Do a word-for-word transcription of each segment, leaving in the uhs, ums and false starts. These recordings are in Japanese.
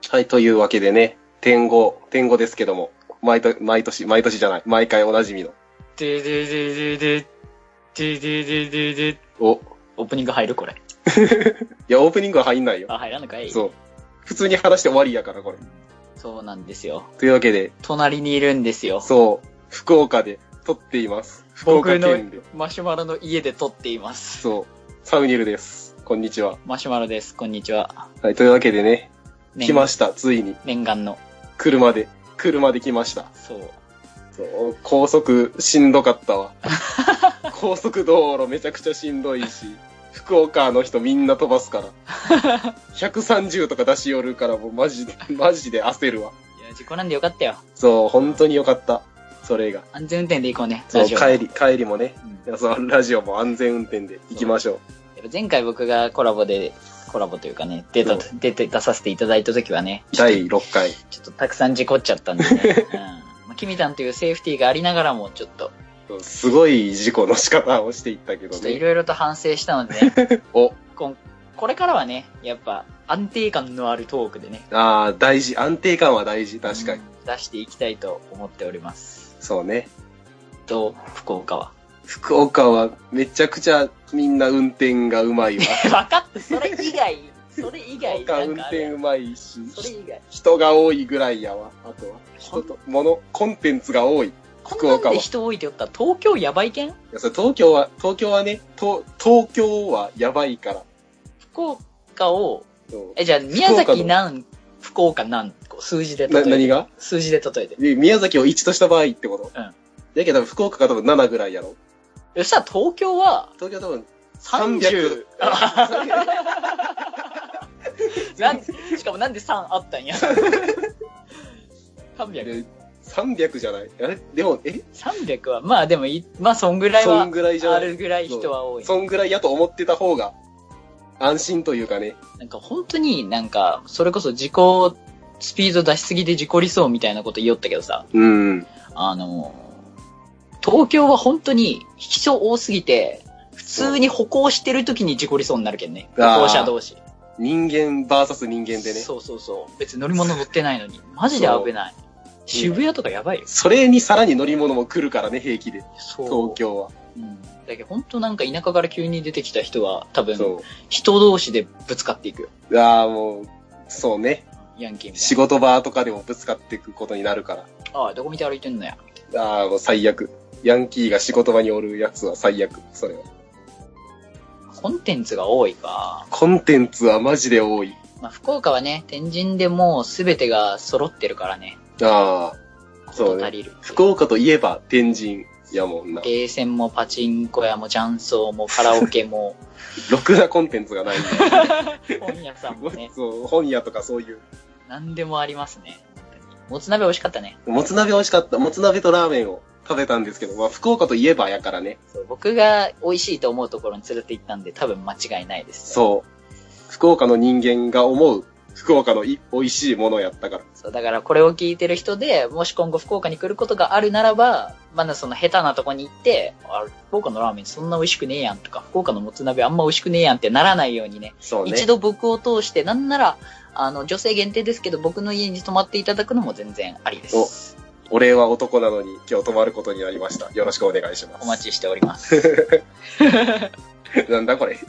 はい、というわけでね、点ご、点ごですけども、毎年、毎年、毎年じゃない、毎回おなじみの。 ででででで、ででででで、 お、 オープニング入るこれ。 いや、オープニングは入んないよ。 あ、入らんのかい。 そう。普通に話して終わりやから、これ。 そうなんですよ。 というわけで、 隣にいるんですよ。 そう、福岡で撮っています。福岡僕の県で。 マシュマロの家で撮っています。 そう、サウニルです。こんにちは。 マシュマロです。こんにちは。 はい、というわけでね、 念来ました、ついに。 念願の。 車で、車で来ました。 そう。 そう、高速しんどかったわ。高速道路めちゃくちゃしんどいし、福岡の人みんな飛ばすから。ひゃくさんじゅうとか出し寄るからもうマジで、マジで焦るわ。 いや、事故なんでよかったよ。 そう、本当によかった。それが。 安全運転で行こうね。 そう、 ラジオ帰り、帰りもね、 うんいやそのラジオも安全運転で行きましょう。 やっぱ前回僕がコラボで、コラボというかね、出た、 そう出て、出させていただいた時はね、 だいろっかい。 ちょっとたくさん事故っちゃったんでね。うん。まあ、キミタンというセーフティーがありながらも、ちょっと、 すごい事故の仕方をしていったけどちょっといね。 ろいろと反省したのでね、 お、 こんこれからはね、やっぱ安定感のあるトークでね、 ああ、大事。安定感は大事。確かに。 うん出していきたいと思っております。 そうね。 と、福岡は。 福岡はめちゃくちゃみんな運転がうまいわ。 分かった、それ以外、それ以福外岡運なんかある転うまいし、 それ以外。 人が多いぐらいやわ。あとは、人と、物、コンテンツが多い。福こんなん岡は。いで人多いって言ったら東京やばいけんや、それ東京は、東京はね、東、東京はやばいから。 福岡を、 そうえ、じゃあ宮崎なん、福岡なん、こう数字で例えな、 て。 何が数字で例えて。 で宮崎をいちとした場合ってことうん。 だけど福岡が多分ななぐらいやろ。 そしたら東京は東京は多分さんじゅう。なんしかもなんでさんあったんや。さんびゃく。 でさんびゃくじゃないあれでも、えさんびゃくは、まあでもい、まあそんぐらいはそんぐらいじゃないあるぐらい人は多い。 そんぐらいやと思ってた方が安心というかね。 なんか本当になんか、それこそ事故、スピード出しすぎて事故りそうみたいなこと言おったけどさ、 うん。 あの、東京は本当に人多すぎて、普通に歩行してる時に事故りそうになるけんね。歩あー行者同士。 人間バーサス人間でね。 そうそうそう。別に乗り物乗ってないのに。マジで危ない。渋谷とかやばいよ。 それにさらに乗り物も来るからね、平気で。 そう。 東京は。 うん。だけど本当なんか田舎から急に出てきた人は多分そ人同士でぶつかっていくよ。 う。ああ、もう、そうね。 ヤンキーみたい仕事場とかでもぶつかっていくことになるから。 な。ああ、どこ見て歩いてんのや。 ああ、もう最悪。ヤンキーが仕事場におるやつは最悪。それは。 コンテンツが多いか。 コンテンツはマジで多い。 まあ福岡はね、天神でもう全てが揃ってるからね。 ああ、そうね。 こと足りる。 福岡といえば天神やもんな。 ゲーセンもパチンコ屋も雀荘もカラオケも。 ろくなコンテンツがないんだ。 本屋さんもね。 そう、本屋とかそういう。 何でもありますね。もつ鍋美味しかったね。 もつ鍋美味しかった。もつ鍋とラーメンを食べたんですけど、まあ福岡といえばやからね。 そう僕が美味しいと思うところに連れて行ったんで多分間違いないです。 そう。福岡の人間が思う福岡のい美味しいものやったから。 そう、だからこれを聞いてる人で、もし今後福岡に来ることがあるならば、まだその下手なとこに行って、あ、福岡のラーメンそんな美味しくねえやんとか、福岡のもつ鍋あんま美味しくねえやんってならないようにね、 そうね。 一度僕を通して、なんなら、あの、女性限定ですけど、僕の家に泊まっていただくのも全然ありです。 俺は男なのに今日泊まることになりました。よろしくお願いします。 お待ちしております。 なんだこれ。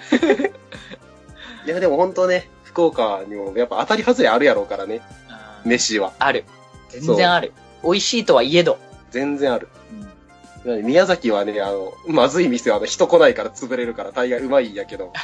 いやでも本当ね、福岡にもやっぱ当たり外れあるやろうからね。 うん飯は。 ある。全然ある。美味しいとはいえど。 全然ある。 うん宮崎はね、あの、まずい店はあの人来ないから潰れるから大概うまいんやけど。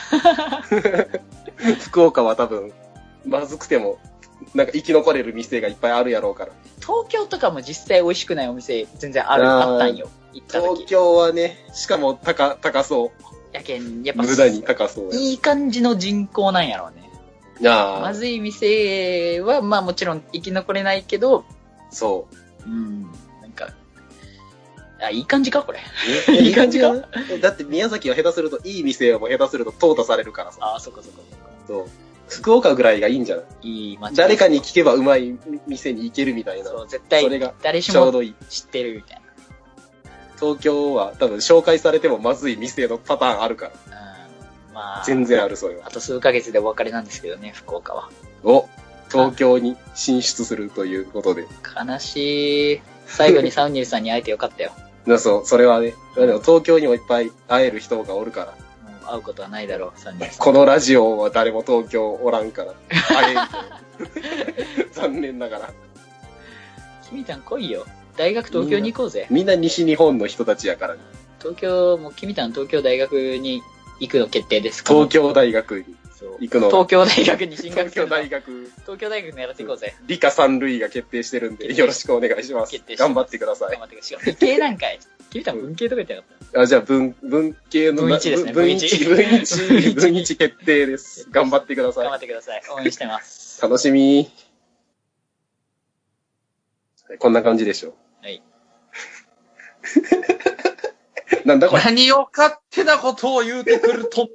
福岡は多分、まずくても、なんか生き残れる店がいっぱいあるやろうから。 東京とかも実際美味しくないお店全然ある、 あーあったんよ。行った時。 東京はね、しかも高、高そやけん、やっう。 ぱ、 無駄に高そうや。 いい感じの人口なんやろうね。 ああ、 まずい店は、まあもちろん生き残れないけど、 そう。 うん、なんか、あ、いい感じか、これ。 ねいい感じかなだって宮崎は下手すると、いい店も下手すると淘汰されるからさ。 あ、そこそこそこ。 そう。福岡ぐらいがいいんじゃないいい街。 誰かに聞けばうまい店に行けるみたいな。 そう、絶対それが、 誰しもちょうどいい。 知ってるみたい東京は多分紹介されてもまずい店のパターンあるから。 な。うん、まあ。 全然ある、それはあ。と数ヶ月でお別れなんですけどね、福岡は。 お、 東京に進出するということで。 悲しい。最後にサウニルさんに会えてよかったよ。 なそう、それはね。でも東京にもいっぱい会える人がおるから。 もう会うことはないだろう、サウニルさん。 このラジオは誰も東京おらんから。会えんと。残念ながら。 君たん来いよ。大学東京に行こうぜ。 みんな西日本の人たちやからね。 東京、もう君たん東京大学に行くの決定です。 東京大学に行くの。 東京大学に進学東京大学。 東京大学狙っていこうぜ。 理科三類が決定してるんで、よろしくお願いします。決定して頑張ってください。 頑張ってください。理系なんかい。君たん文系とか言ってなかったあ、じゃあ文、文系の文一ですね。 文一、文一、文一決定です。頑張ってください。 頑張ってください。応援してます。 楽しみ。こんな感じでしょ。 はい。 なんだこれ。 何を勝手なことを言うてくるとんねん。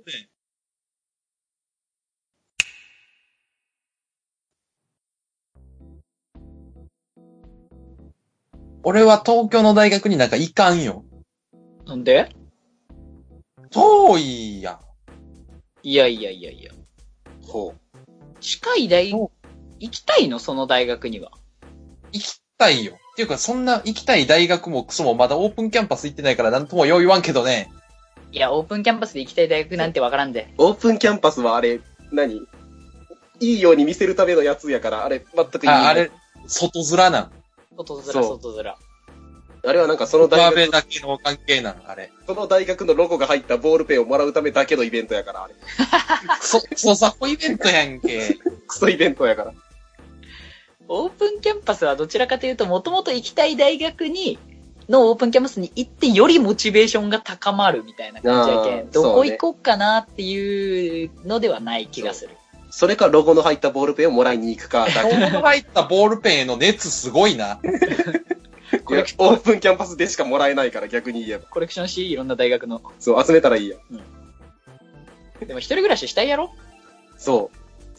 俺は東京の大学になんか行かんよ。 なんで？ 遠いやん。 いやいやいやいや。 ほう。 近い大、行きたいの？その大学には。 行きたいよ。っていうか、そんな行きたい大学もクソもまだオープンキャンパス行ってないからなんともよう言わんけどね。 いや、オープンキャンパスで行きたい大学なんてわからんで。 オープンキャンパスはあれ、何？いいように見せるためのやつやから、あれ、全くいい。 あ、あれ、外面なん。 外面、外面。 あれはなんかその大学。 上辺だけの関係なん、あれ。 その大学のロゴが入ったボールペンをもらうためだけのイベントやから、あれ。 クソ、クソザコイベントやんけ。 クソイベントやから。 オープンキャンパスはどちらかというと、もともと行きたい大学に、のオープンキャンパスに行ってよりモチベーションが高まるみたいな感じやけん。どこ行こうかなっていうのではない気がする。 そ, それかロゴの入ったボールペンをもらいに行くかだけ。 ロゴの入ったボールペンへの熱すごいな。 コレクオープンキャンパスでしかもらえないから逆に言えば。 コレクションし、いろんな大学の。 そう、集めたらいいや。 うん。でも一人暮らししたいやろ？ そう。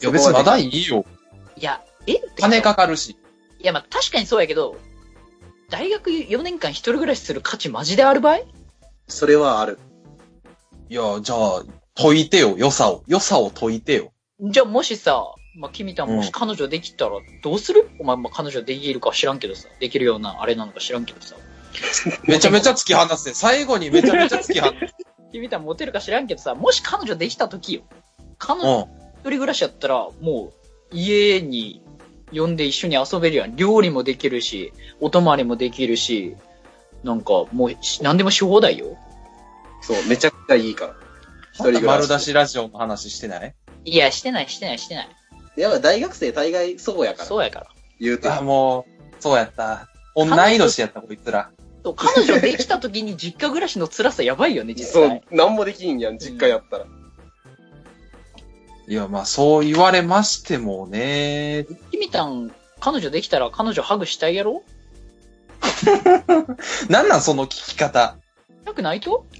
いや別にまだいいよ。 いや、え金かかるし。 いやまあ確かにそうやけど、大学よねんかん一人暮らしする価値マジであるばい？ それはある。 いや、じゃあ、解いてよ、良さを。良さを解いてよ。 じゃあもしさ、まあ、君たんもし彼女できたらどうする？うん、お前、まあ、彼女できるか知らんけどさ。できるようなあれなのか知らんけどさ。 めちゃめちゃ突き放すね。最後にめちゃめちゃ突き放す。 君たんモテるか知らんけどさ、もし彼女できた時よ。彼女、一人暮らしやったら、もう、家に呼んで一緒に遊べるやん。料理もできるし、お泊まりもできるし、なんか、もう、何でもし放題よ。 そう、めちゃくちゃいいから。 一人暮らし。丸出しラジオの話してない？ いや、してない、してない、してない。 やっぱ大学生大概そうやから。 そうやから。 言うて。 あ、もう、そうやった。同い年やった、こいつら。 そう、彼女できた時に実家暮らしの辛さやばいよね、実際。 そう、なんもできんやん、実家やったら。うん、 いや、まあ、そう言われましてもね。 君たん、彼女できたら彼女ハグしたいやろ？ なんなん、その聞き方。 したくないと？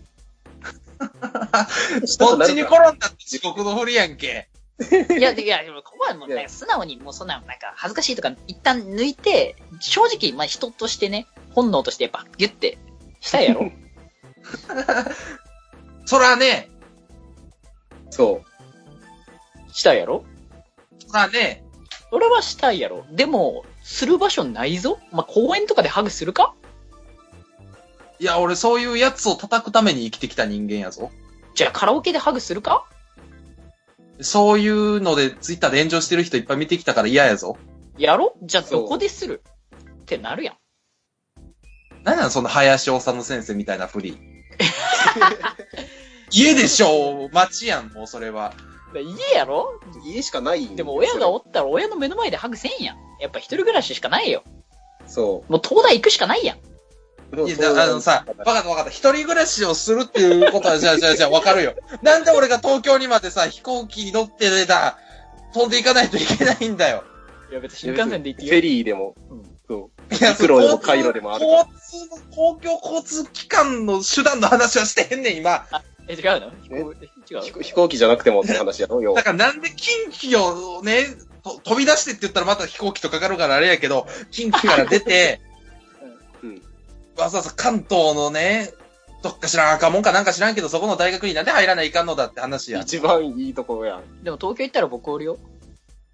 どっちに転んだって地獄のふりやんけ。 いや、いや、ここはもうね、素直にもうそんな、なんか恥ずかしいとか一旦抜いて、正直、まあ人としてね、本能としてやっぱギュッてしたいやろ？ そらね。 そう。 したいやろ？ そらね。 それはしたいやろ。でも、する場所ないぞ？まあ公園とかでハグするか？ いや、俺そういうやつを叩くために生きてきた人間やぞ。 じゃあカラオケでハグするか？ そういうのでツイッターで炎上してる人いっぱい見てきたから嫌やぞ。 やろ？じゃあどこでするってなるやん。 なんなんその林修先生みたいなフリー。家でしょ、街やん、もうそれは。 家やろ？ 家しかないんでも親がおったら親の目の前でハグせんやん。やっぱ一人暮らししかないよ。 そう。 もう東大行くしかないやん。 いや、あのさ、わかったわかった。一人暮らしをするっていうことは、じゃあじゃあじゃあわかるよ。なんで俺が東京にまでさ、飛行機に乗って出た、飛んでいかないといけないんだよ。 いや別に新幹線で行っていいよ。 フェリーでも、うん、そう。 いや、 陸路でも海路でもある。 交通の、公共交通機関の手段の話はしてへんねん、今。 あ、え、違うの？違う。 飛行機じゃなくてもって話やろ、よ。 だからなんで近畿をね、飛び出してって言ったらまた飛行機とかかるからあれやけど、近畿から出て、うん。わざわざ関東のね、どっか知らん赤もんかなんか知らんけど、そこの大学になんで入らないかんのだって話や。 一番いいところやん。 でも東京行ったら僕おるよ。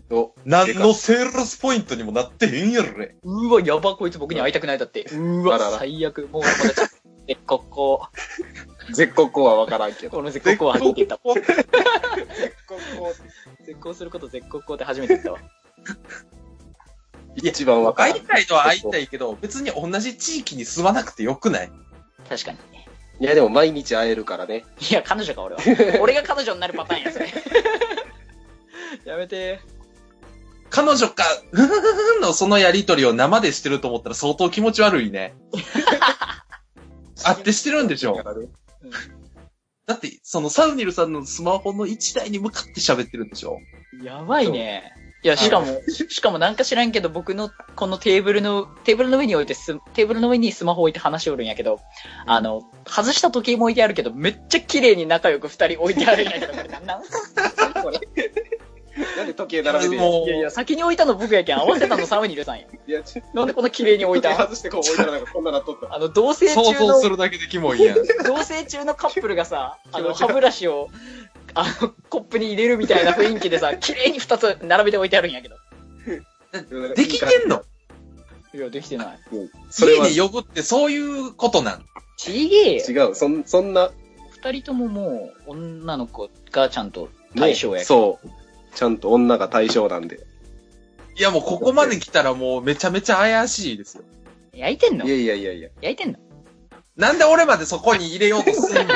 お、 何のセールスポイントにもなってへんやろね。 うーわ、やば、こいつ僕に会いたくないだって。うーわ、 あらら最悪。もう、これ、絶好こ絶好こうはわからんけど。 この絶好こうは初めて言った。 絶好こ絶好すること絶好こうって初めて言ったわ。 う。一番わからん。 会いたいのは会いたいけど、別に同じ地域に住まなくてよくない？ 確かに。 いや、でも毎日会えるからね。 いや、彼女か、俺は。俺が彼女になるパターンや、それ。やめて。 彼女か、ふふふふのそのやりとりを生でしてると思ったら相当気持ち悪いね。会ってしてるんでしょ。だって、そのサウニルさんのスマホの一台に向かって喋ってるんでしょ。 やばいね。いや、しかも、しかもなんか知らんけど、僕のこのテーブルの、テーブルの上に置いてす、テーブルの上にスマホ置いて話しおるんやけど、あの、外した時計も置いてあるけど、めっちゃ綺麗に仲良く二人置いてあるんやけど、これなんなんこれ。 なんで時計並べてるいやいや、先に置いたの僕やけん、合わせたのサウニルさんや。 いや、ちなんでこんな綺麗に置いたん外してこう置いたらなんかこんななっとった。 あの、同棲想中の、 像するだけでキモいやん。 同棲中のカップルがさ、あの、歯ブラシを、あの、コップに入れるみたいな雰囲気でさ、綺麗に二つ並べて置いてあるんやけど。 できてんの？ いや、できてない。 それは家で呼ぶってそういうことなん？ ちげえよ。 違う、そん、そんな、 二人とももう、女の子がちゃんと対象やけど。 そう。ちゃんと女が対象なんで。 いやもうここまで来たらもうめちゃめちゃ怪しいですよ。 焼いてんのいやいやいやいや。 焼いてんのなんで俺までそこに入れようとすんの？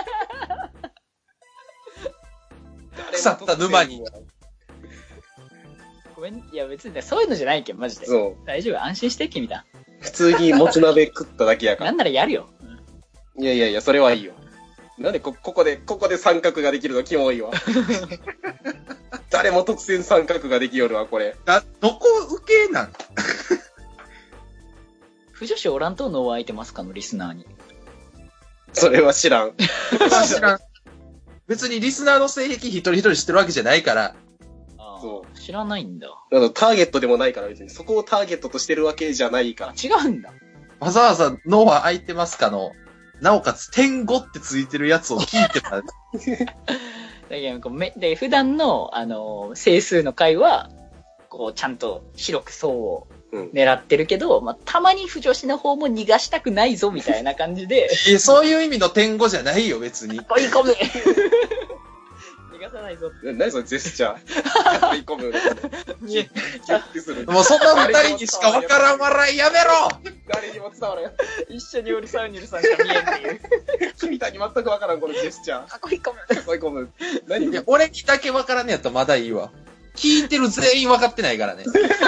腐った沼に。 ごめん、いや別にね、そういうのじゃないけん、マジで。 そ大丈夫、安心して、君だ。 う。普通にもつ鍋食っただけやからなん。ならやるよ。 いやいやいや、それはいいよ。なんでこ、ここで、ここで三角ができるのキモいわ。誰も特選三角ができよるわ、これ。 だ、どこ受けなん？ 不女子おらんとの湧いてますかのリスナーに。 それは知らん。 知らん。別にリスナーの性癖一人一人知ってるわけじゃないから。 あそあ、知らないんだ。 あの、ターゲットでもないから別に、そこをターゲットとしてるわけじゃないかあ、 ら。 違うんだ。 わざわざ脳は空いてますかの、なおかつ点ごってついてるやつを聞いてた。 だけどこうめで、普段の、あの、整数の回は、こう、ちゃんと広く層をうん。 狙ってるけど、まあ、たまに不女子の方も逃がしたくないぞ、みたいな感じで、 いやそういう意味の点ごじゃないよ、別に。 追い込む逃がさないぞって。 な、何そのジェスチャー。追い込む。 いやキャッてする。 もうそんな二人にしかわからん笑いやめろ！ 誰にも伝わらん。 一緒におるサウニルさんしか見えんっていう。 君たちに全くわからん、このジェスチャー。 追い込む。 追い込む。何いや、俺にだけわからんねやったらまだいいわ。聞いてる全員わかってないからね。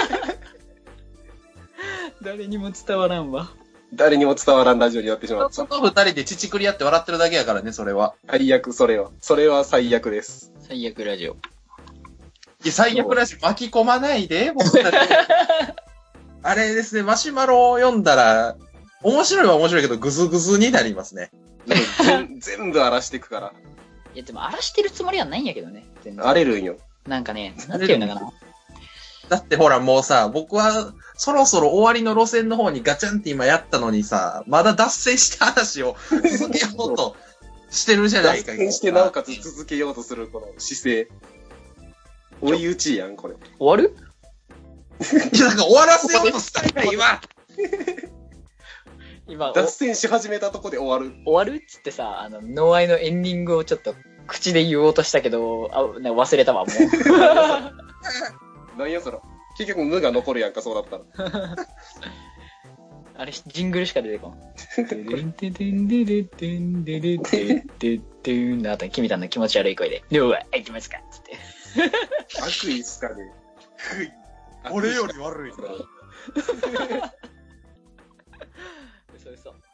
誰にも伝わらんわ。 誰にも伝わらんラジオになってしまった。 その二人で乳くり合って笑ってるだけやからね、それは。 最悪、それは。それは最悪です。 最悪ラジオ。 いや、最悪だし巻き込まないで、僕たち。あれですね、マシュマロを読んだら、面白いは面白いけど、グズグズになりますね。 全全部荒らしていくから。 いや、でも荒らしてるつもりはないんやけどね。全然荒れるんよ。 なんかね、なんていうのかな。 だってほらもうさ、僕はそろそろ終わりの路線の方にガチャンって今やったのにさ、まだ脱線した話を続けようとしてるじゃないか。 脱線してなおかつ続けようとするこの姿勢。追い打ちやん、これ。 終わるいや、なんか終わらせようとしたんか、今。 今、 脱線し始めたとこで終わる。 終わるっつってさ、あの、ノーアイのエンディングをちょっと口で言おうとしたけど、あ、なんか忘れたわ、もう。 何やそら。結局無が残るやんか、そうだったら。 あれ、ジングルしか出てこん。てんてんてんてんてんてんてんてんてんてんてんの後に君たんの気持ち悪い声で、では、行きますかつって。 悪意っすかね。 俺より悪い。 そうそう。